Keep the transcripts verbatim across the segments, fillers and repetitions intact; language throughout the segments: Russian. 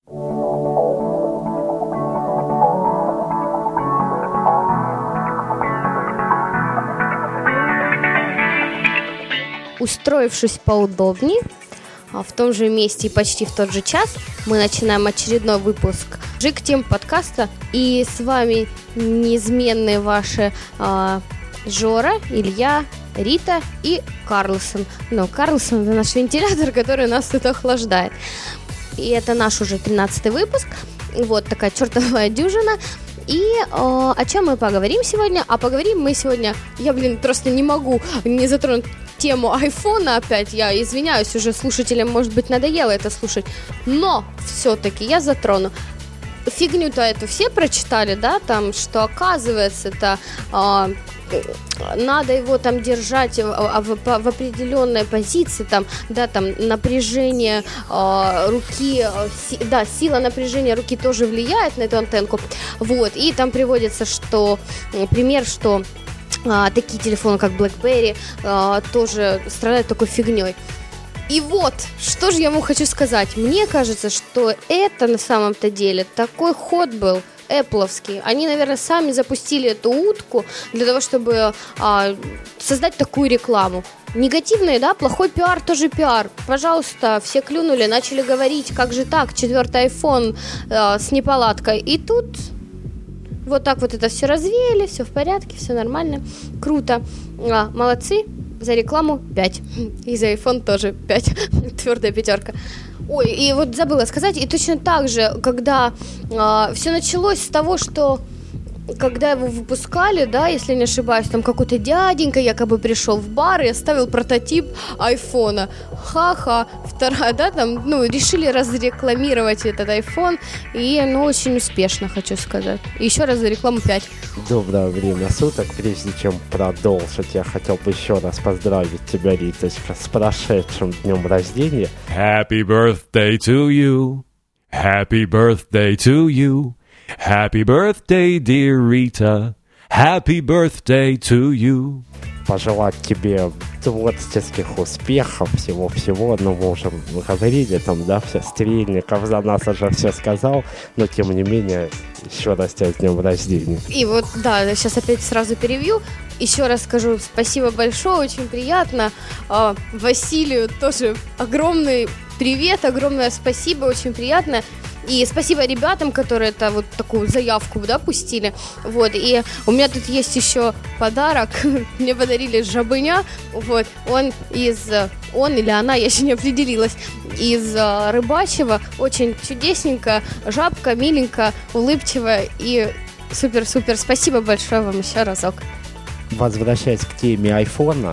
Устроившись поудобнее, в том же месте и почти в тот же час, мы начинаем очередной выпуск Jig Team подкаста. И с вами неизменные ваши э, Жора, Илья, Рита и Карлсон. Но Карлсон — это наш вентилятор, который нас тут охлаждает. И это наш уже тринадцатый выпуск. Вот такая чертовая дюжина. И э, о чем мы поговорим сегодня? А поговорим мы сегодня... Я, блин, просто не могу не затронуть тему айфона опять. Я извиняюсь, уже слушателям, может быть, надоело это слушать. Но все-таки я затрону. Фигню-то эту все прочитали, да, там, что оказывается это... Э, надо его там держать в, в, в определенной позиции, там, да, там напряжение э, руки, э, си, да, сила напряжения руки тоже влияет на эту антенку, вот, и там приводится, что, пример, что э, такие телефоны, как BlackBerry, э, тоже страдают такой фигней. И вот, что же я вам хочу сказать, мне кажется, что это на самом-то деле такой ход был Apple-овский. Они, наверное, сами запустили эту утку для того, чтобы а, создать такую рекламу. Негативный, да, плохой пиар тоже пиар. Пожалуйста, все клюнули, начали говорить, как же так, четвертый iPhone а, с неполадкой. И тут вот так вот это все развеяли, все в порядке, все нормально, круто. А, молодцы, за рекламу пять. И за iPhone тоже пять. Твердая пятерка. Ой, и вот забыла сказать, и точно так же, когда э, все началось с того, что когда его выпускали, да, если не ошибаюсь, там какой-то дяденька якобы пришел в бар и оставил прототип айфона. Ха-ха, вторая, да, там, ну, решили разрекламировать этот iPhone, и, ну, очень успешно, хочу сказать. И еще раз за рекламу пять. Доброе время суток. Прежде чем продолжить, я хотел бы еще раз поздравить тебя, Риточка, с прошедшим днем рождения. Happy birthday to you. Happy birthday to you. Happy birthday, dear Rita. Happy birthday to you. Пожелать тебе творческих успехов, всего-всего. Ну, мы уже говорили там, да, все, Стрельников за нас уже все сказал, но тем не менее, еще раз тебя с днем рождения. И вот, да, сейчас опять сразу перебью. Еще раз скажу спасибо большое, очень приятно. А, Василию тоже огромный привет, огромное спасибо, очень приятно. И спасибо ребятам, которые это вот такую заявку, да, пустили. Вот, и у меня тут есть еще подарок. Мне подарили жабыня. Вот, он из... Он или она, я еще не определилась. Из Рыбачьего. Очень чудесненько. Жабка, миленько, улыбчивая. И супер-супер. Спасибо большое вам еще разок. Возвращаясь к теме айфона,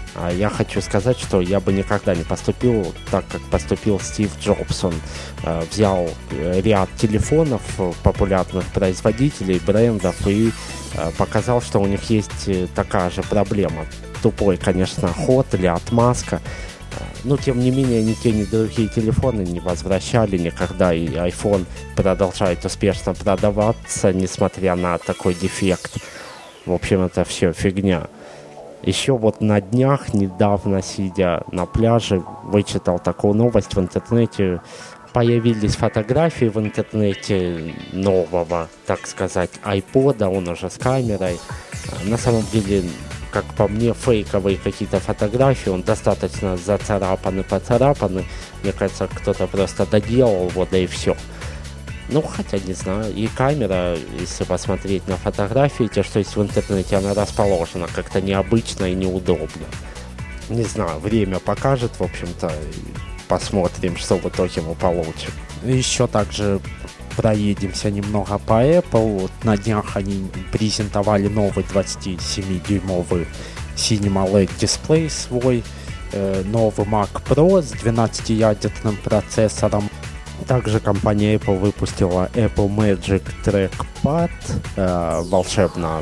я хочу сказать, что я бы никогда не поступил так, как поступил Стив Джобс. Он э, взял ряд телефонов популярных производителей, брендов и э, показал, что у них есть такая же проблема. Тупой, конечно, ход или отмазка. Но, тем не менее, ни те, ни другие телефоны не возвращали никогда, и iPhone продолжает успешно продаваться, несмотря на такой дефект. В общем, это все фигня. Еще вот на днях, недавно, сидя на пляже, вычитал такую новость в интернете. Появились фотографии в интернете нового, так сказать, айпода, он уже с камерой. На самом деле, как по мне, фейковые какие-то фотографии, он достаточно зацарапаны, поцарапаны. Мне кажется, кто-то просто доделал его, да и все. Ну, хотя, не знаю, и камера, если посмотреть на фотографии, те, что есть в интернете, она расположена как-то необычно и неудобно. Не знаю, время покажет, в общем-то, посмотрим, что в итоге мы получим. Еще также проедемся немного по Apple. Вот на днях они презентовали новый двадцатисемидюймовый Cinema эл и ди дисплей свой, э, новый Mac Pro с двенадцатиядерным процессором. Также компания Apple выпустила Apple Magic Trackpad, э, волшебная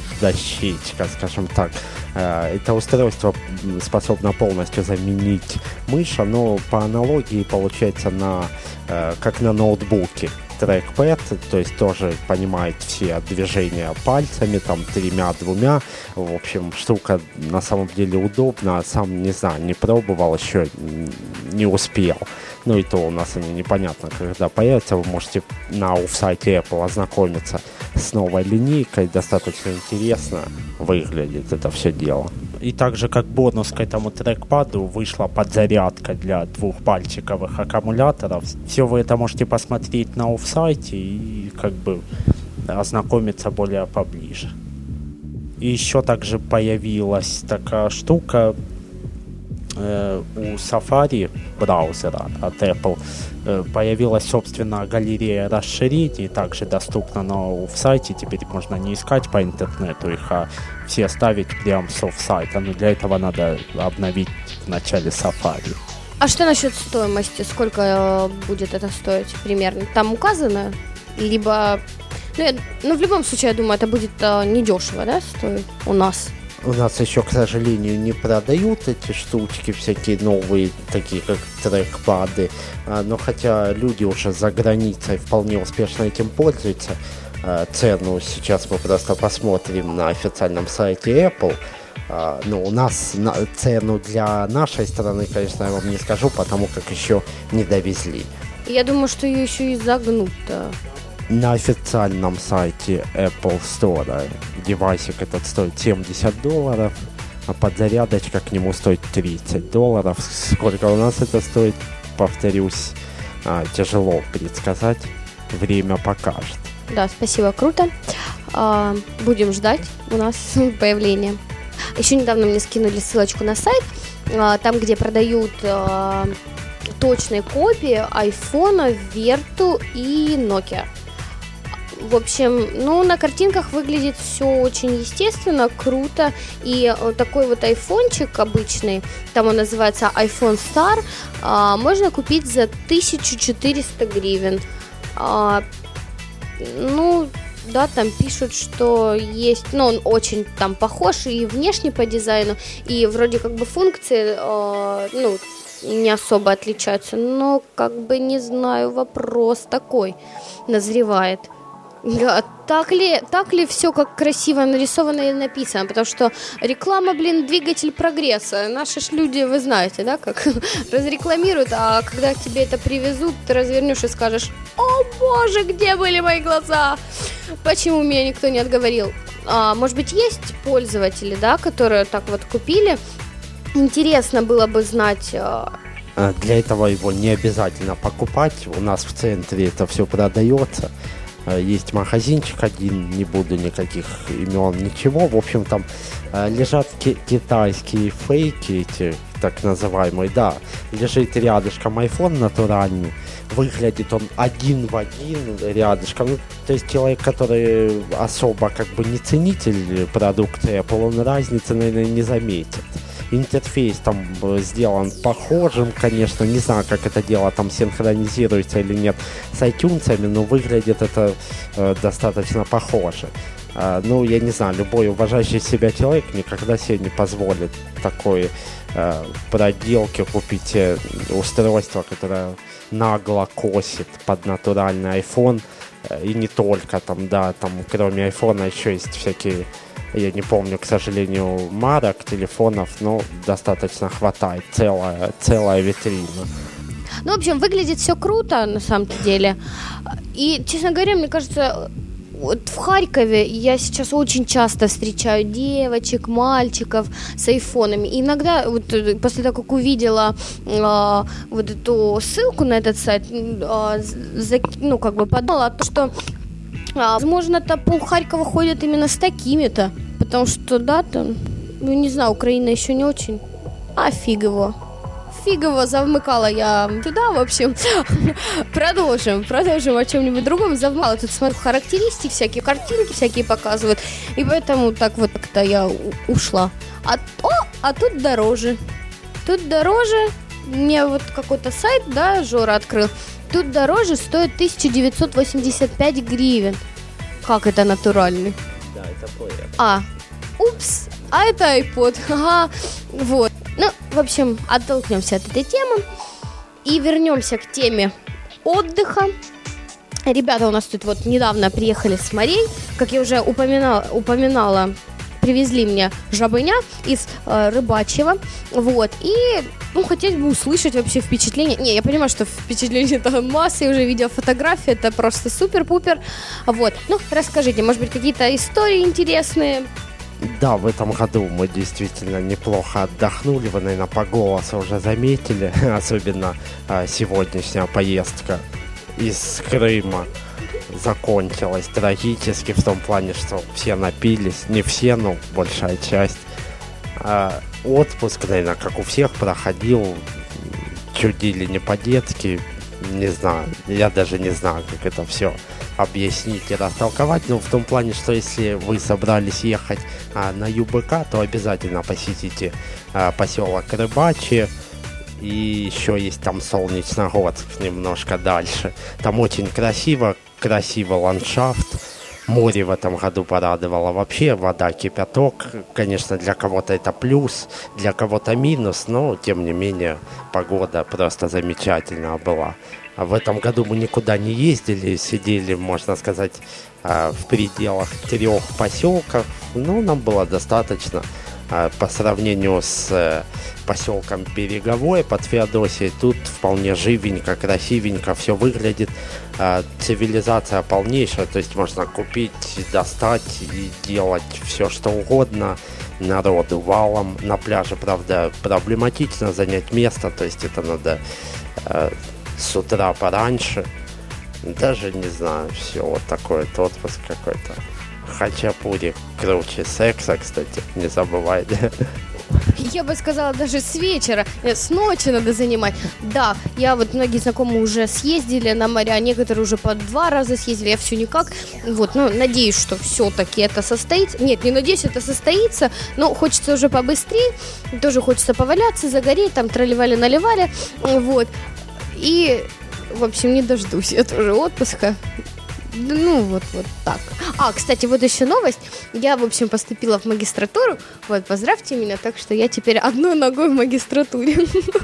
дощечка, скажем так. Э, это устройство способно полностью заменить мышь, но по аналогии получается на, э, как на ноутбуке. трекпэд, то есть тоже понимает все движения пальцами, там, тремя-двумя. В общем, штука на самом деле удобна. Сам, не знаю, не пробовал, еще не успел. Ну и то у нас они непонятно, когда появятся. Вы можете на оффсайте Apple ознакомиться с новой линейкой. Достаточно интересно выглядит это все дело. И также как бонус к этому трекпаду вышла подзарядка для двухпальчиковых аккумуляторов. Все вы это можете посмотреть на оффсайте и как бы ознакомиться более поближе. И еще также появилась такая штука э, у Safari браузера от Apple. Э, появилась, собственно, галерея расширений, также доступна на оффсайте. Теперь можно не искать по интернету их, а все ставить прямо с оффсайта. Но для этого надо обновить в начале Safari. А что насчет стоимости? Сколько э, будет это стоить примерно? Там указано? Либо... Ну, я, ну, в любом случае, я думаю, это будет э, недешево, да, стоит у нас? У нас еще, к сожалению, не продают эти штучки, всякие новые, такие как трекпады. А, но хотя люди уже за границей вполне успешно этим пользуются. А, цену сейчас мы просто посмотрим на официальном сайте Apple. А, ну, у нас на, цену для нашей страны, конечно, я вам не скажу, потому как еще не довезли. Я думаю, что ее еще и загнут-то. На официальном сайте Apple Store девайсик этот стоит семьдесят долларов, а подзарядочка к нему стоит тридцать долларов. Сколько у нас это стоит, повторюсь, тяжело предсказать. Время покажет. Да, спасибо, круто. Будем ждать у нас появления. Еще недавно мне скинули ссылочку на сайт, там, где продают точные копии айфона, Верту и Nokia. В общем, ну, на картинках выглядит все очень естественно, круто. И такой вот айфончик обычный, там он называется iPhone Star, а, можно купить за тысячу четыреста гривен. А, ну, да, там пишут, что есть, ну, он очень там похож и внешне по дизайну, и вроде как бы функции, а, ну, не особо отличаются, но как бы не знаю, вопрос такой назревает. Да, так ли, так ли все как красиво нарисовано и написано, потому что реклама, блин, двигатель прогресса. Наши ж люди, вы знаете, да, как разрекламируют, а когда к тебе это привезут, ты развернешь и скажешь: о боже, где были мои глаза? Почему меня никто не отговорил? А, может быть, есть пользователи, да, которые так вот купили. Интересно было бы знать. Для этого его не обязательно покупать. У нас в центре это все продается. Есть магазинчик один, не буду никаких имен, ничего. В общем, там лежат ки- китайские фейки, эти так называемые, да. Лежит рядышком iPhone натуральный. Выглядит он один в один рядышком. Ну, то есть человек, который особо как бы не ценитель продукции Apple, он разницы, наверное, не заметит. Интерфейс там сделан похожим, конечно, не знаю, как это дело там синхронизируется или нет с iTunes, но выглядит это э, достаточно похоже. Э, ну, я не знаю, любой уважающий себя человек никогда себе не позволит такой э, проделки купить э, устройство, которое нагло косит под натуральный iPhone, э, и не только там, да, там кроме iPhone еще есть всякие... Я не помню, к сожалению, марок телефонов, но достаточно хватает. Целая, целая витрина. Ну, в общем, выглядит все круто, на самом деле. И, честно говоря, мне кажется, вот в Харькове я сейчас очень часто встречаю девочек, мальчиков с айфонами. И иногда, вот, после того, как увидела э, вот эту ссылку на этот сайт, э, за, ну, как бы подумала, что... Возможно-то пол Харькова ходят именно с такими-то, потому что, да, там, ну, не знаю, Украина еще не очень, а фиг его. Фиг его, завмыкала я туда, в общем. Продолжим, продолжим о чем-нибудь другом. Завмыкала, тут смотрю, характеристики всякие, картинки всякие показывают, и поэтому так вот как-то я ушла. А, о, а тут дороже, тут дороже, мне вот какой-то сайт, да, Жора открыл. Тут дороже стоит тысяча девятьсот восемьдесят пять гривен. Как это натуральный? Да, это плеер. А, упс, а это iPod. Ага, вот. Ну, в общем, оттолкнемся от этой темы и вернемся к теме отдыха. Ребята у нас тут вот недавно приехали с морей, как я уже упоминала, упоминала привезли мне жабыня из э, Рыбачьего, вот, и, ну, хотелось бы услышать вообще впечатление. Не, я понимаю, что впечатление это масса, я уже видела фотографии, это просто супер-пупер, вот. Ну, расскажите, может быть, какие-то истории интересные? Да, в этом году мы действительно неплохо отдохнули, вы, наверное, по голосу уже заметили, особенно э, сегодняшняя поездка из Крыма закончилась трагически в том плане, что все напились, не все, но большая часть. А отпуск, наверное, как у всех, проходил чудили не по-детски, не знаю, я даже не знаю, как это все объяснить и растолковать, но в том плане, что если вы собрались ехать а, на ЮБК, то обязательно посетите а, поселок Рыбачье. И еще есть там Солнечногорск немножко дальше. Там очень красиво, красивый ландшафт. Море в этом году порадовало. Вообще вода кипяток. Конечно, для кого-то это плюс, для кого-то минус, но тем не менее погода просто замечательная была. А в этом году мы никуда не ездили, сидели, можно сказать, в пределах трех поселков. Но нам было достаточно. По сравнению с поселком Береговой под Феодосией, тут вполне живенько, красивенько все выглядит. Цивилизация полнейшая, то есть можно купить, достать и делать все, что угодно. Народу валом. На пляже, правда, проблематично занять место, то есть это надо э, с утра пораньше. Даже не знаю, все, вот такой вот отпуск какой-то. Хачапури круче секса, кстати, не забывай. Я бы сказала, даже с вечера, с ночи надо занимать. Да, я вот, многие знакомые уже съездили на моря, некоторые уже по два раза съездили, я все никак. Вот, ну, надеюсь, что все-таки это состоится. Нет, не надеюсь, это состоится, но хочется уже побыстрее, тоже хочется поваляться, загореть, там тролливали-наливали, вот. И, в общем, не дождусь я тоже отпуска. Ну, вот, вот так. А, кстати, вот еще новость. Я, в общем, поступила в магистратуру. Вот, поздравьте меня. Так что я теперь одной ногой в магистратуре.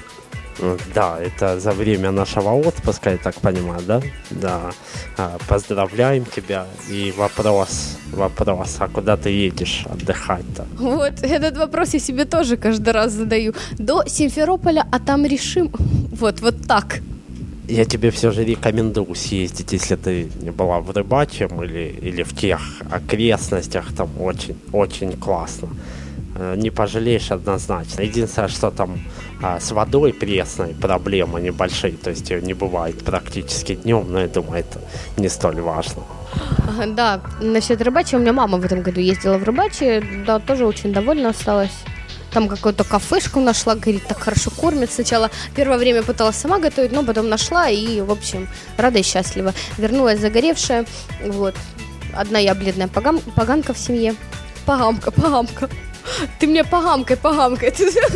Да, это за время нашего отпуска, я так понимаю, да? Да. Поздравляем тебя. И вопрос, вопрос, а куда ты едешь отдыхать-то? Вот, этот вопрос я себе тоже каждый раз задаю. До Симферополя, а там решим. Вот, вот так. Я тебе все же рекомендую съездить, если ты не была в Рыбачьем или, или в тех окрестностях, там очень, очень классно. Не пожалеешь однозначно. Единственное, что там а, с водой пресной проблемы небольшие, то есть ее не бывает практически днем, но я думаю, это не столь важно. Да, насчет Рыбачьего, у меня мама в этом году ездила в Рыбачье, да, тоже очень довольна осталась. Там какую-то кафешку нашла, говорит, так хорошо кормят. Сначала первое время пыталась сама готовить, но потом нашла и, в общем, рада и счастлива. Вернулась загоревшая, вот. Одна я бледная погам... поганка в семье. Погамка, погамка. Ты мне погамкой, погамкой.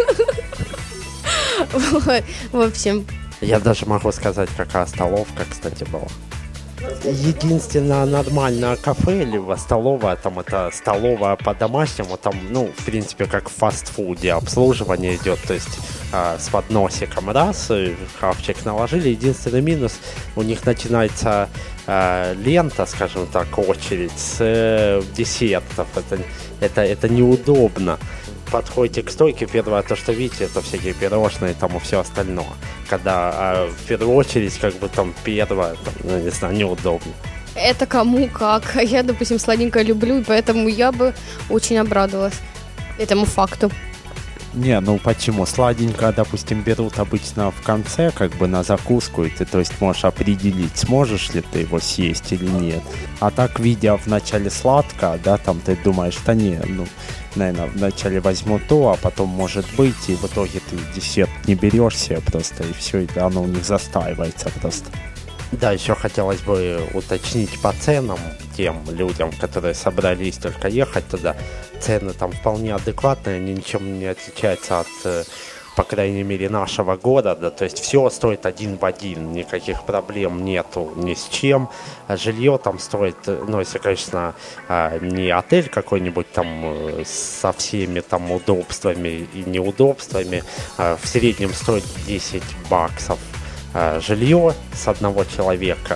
В общем. Я даже могу сказать, какая столовка, кстати, была. Единственное нормальное кафе, либо столовая, там это столовая по-домашнему, там, ну, в принципе, как в фастфуде обслуживание идет, то есть э, с подносиком раз, хавчик наложили. Единственный минус, у них начинается э, лента, скажем так, очередь с э, десертов, это, это, это неудобно. Подходите к стойке, первое, то, что видите, это всякие пирожные там и все остальное. Когда а, в первую очередь, как бы там первое, там, ну, не знаю, неудобно. Это кому как. Я, допустим, сладенькое люблю, и поэтому я бы очень обрадовалась этому факту. Не, ну почему? Сладенькое, допустим, берут обычно в конце, как бы на закуску, и ты, то есть, можешь определить, сможешь ли ты его съесть или нет. А так, видя вначале сладкое, да, там ты думаешь, да не, ну, наверное, вначале возьму то, а потом может быть, и в итоге ты десерт не берешь себе просто, и все, и оно у них застаивается просто. Да, еще хотелось бы уточнить по ценам тем людям, которые собрались только ехать туда. Цены там вполне адекватные, они ничем не отличаются от, по крайней мере, нашего города. То есть все стоит один в один, никаких проблем нету ни с чем. Жилье там стоит, ну, если, конечно, не отель какой-нибудь там со всеми там удобствами и неудобствами, в среднем стоит десять баксов жилье с одного человека.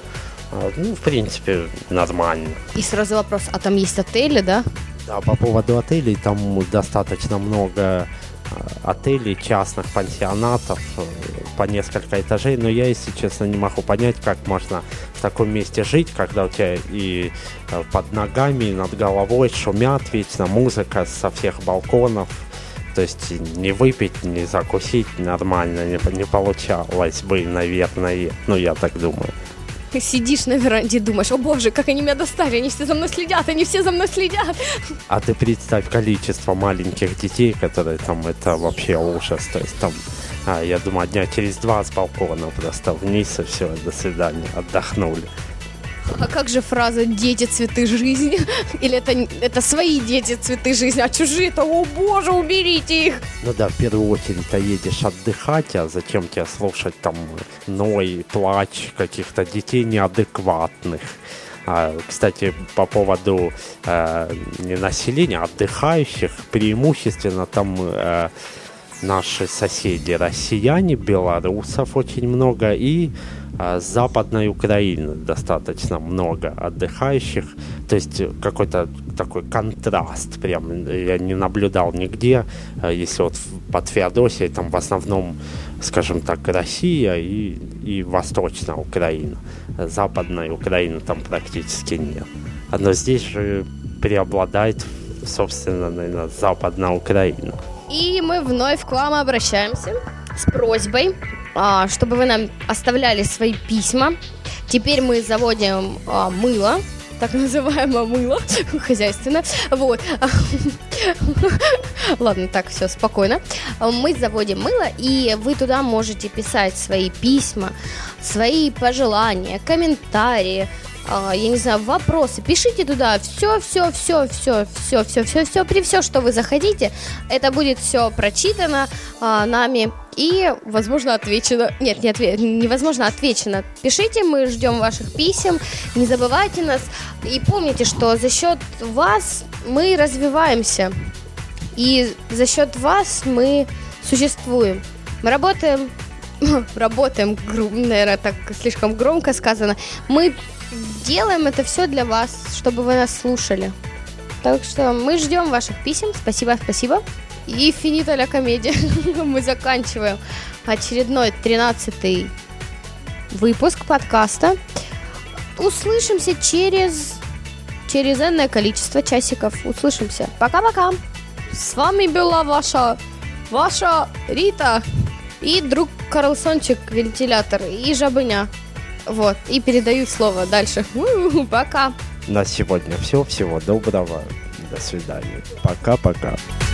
А, ну, в принципе, нормально. И сразу вопрос, а там есть отели, да? Да, по поводу отелей, там достаточно много отелей, частных пансионатов, по несколько этажей, но я, если честно, не могу понять, как можно в таком месте жить, когда у тебя и под ногами, и над головой шумят вечно, музыка со всех балконов, то есть не выпить, не закусить нормально не, не получалось бы, наверное, ну, я так думаю. Сидишь на веранде и думаешь, о боже, как они меня достали, они все за мной следят, они все за мной следят. А ты представь количество маленьких детей, которые там, это вообще ужас, то есть там, а, я думаю, дня через два с балкона просто вниз и все, до свидания, отдохнули. А как же фраза «дети, цветы жизни»? Или это, это свои дети, цветы жизни, а чужие-то, о боже, уберите их! Ну да, в первую очередь ты едешь отдыхать, а зачем тебе слушать там ной, плач каких-то детей неадекватных? А, кстати, по поводу э, не населения, а отдыхающих, преимущественно там э, наши соседи, россияне, белорусов очень много, и с Западной Украины достаточно много отдыхающих, то есть какой-то такой контраст прям я не наблюдал нигде, если вот под Феодосией там в основном, скажем так, Россия и, и Восточная Украина, Западной Украины там практически нет, но здесь же преобладает, собственно, наверное, Западная Украина. И мы вновь к вам обращаемся с просьбой, чтобы вы нам оставляли свои письма. Теперь мы заводим а, мыло, так называемое мыло, хозяйственно. Вот. Ладно, так, все, спокойно. Мы заводим мыло, и вы туда можете писать свои письма, свои пожелания, комментарии, я не знаю, вопросы. Пишите туда все, все, все, все, все, все, все, все, при все, что вы захотите. Это будет все прочитано а, нами и, возможно, отвечено. Нет, не отве... невозможно, отвечено. Пишите, мы ждем ваших писем. Не забывайте нас. И помните, что за счет вас мы развиваемся. И за счет вас мы существуем. Мы работаем, работаем, наверное, так слишком громко сказано. Мы делаем это все для вас, чтобы вы нас слушали. Так что мы ждем ваших писем. Спасибо, спасибо. И финита ля комедия. Мы заканчиваем очередной тринадцатый выпуск подкаста. Услышимся через через энное количество часиков. Услышимся. Пока-пока. С вами была ваша ваша Рита и друг Карлсончик, вентилятор, и Жабыня. Вот, и передаю слово дальше. У-у-у, пока. На сегодня все. Всего доброго. До свидания. Пока-пока.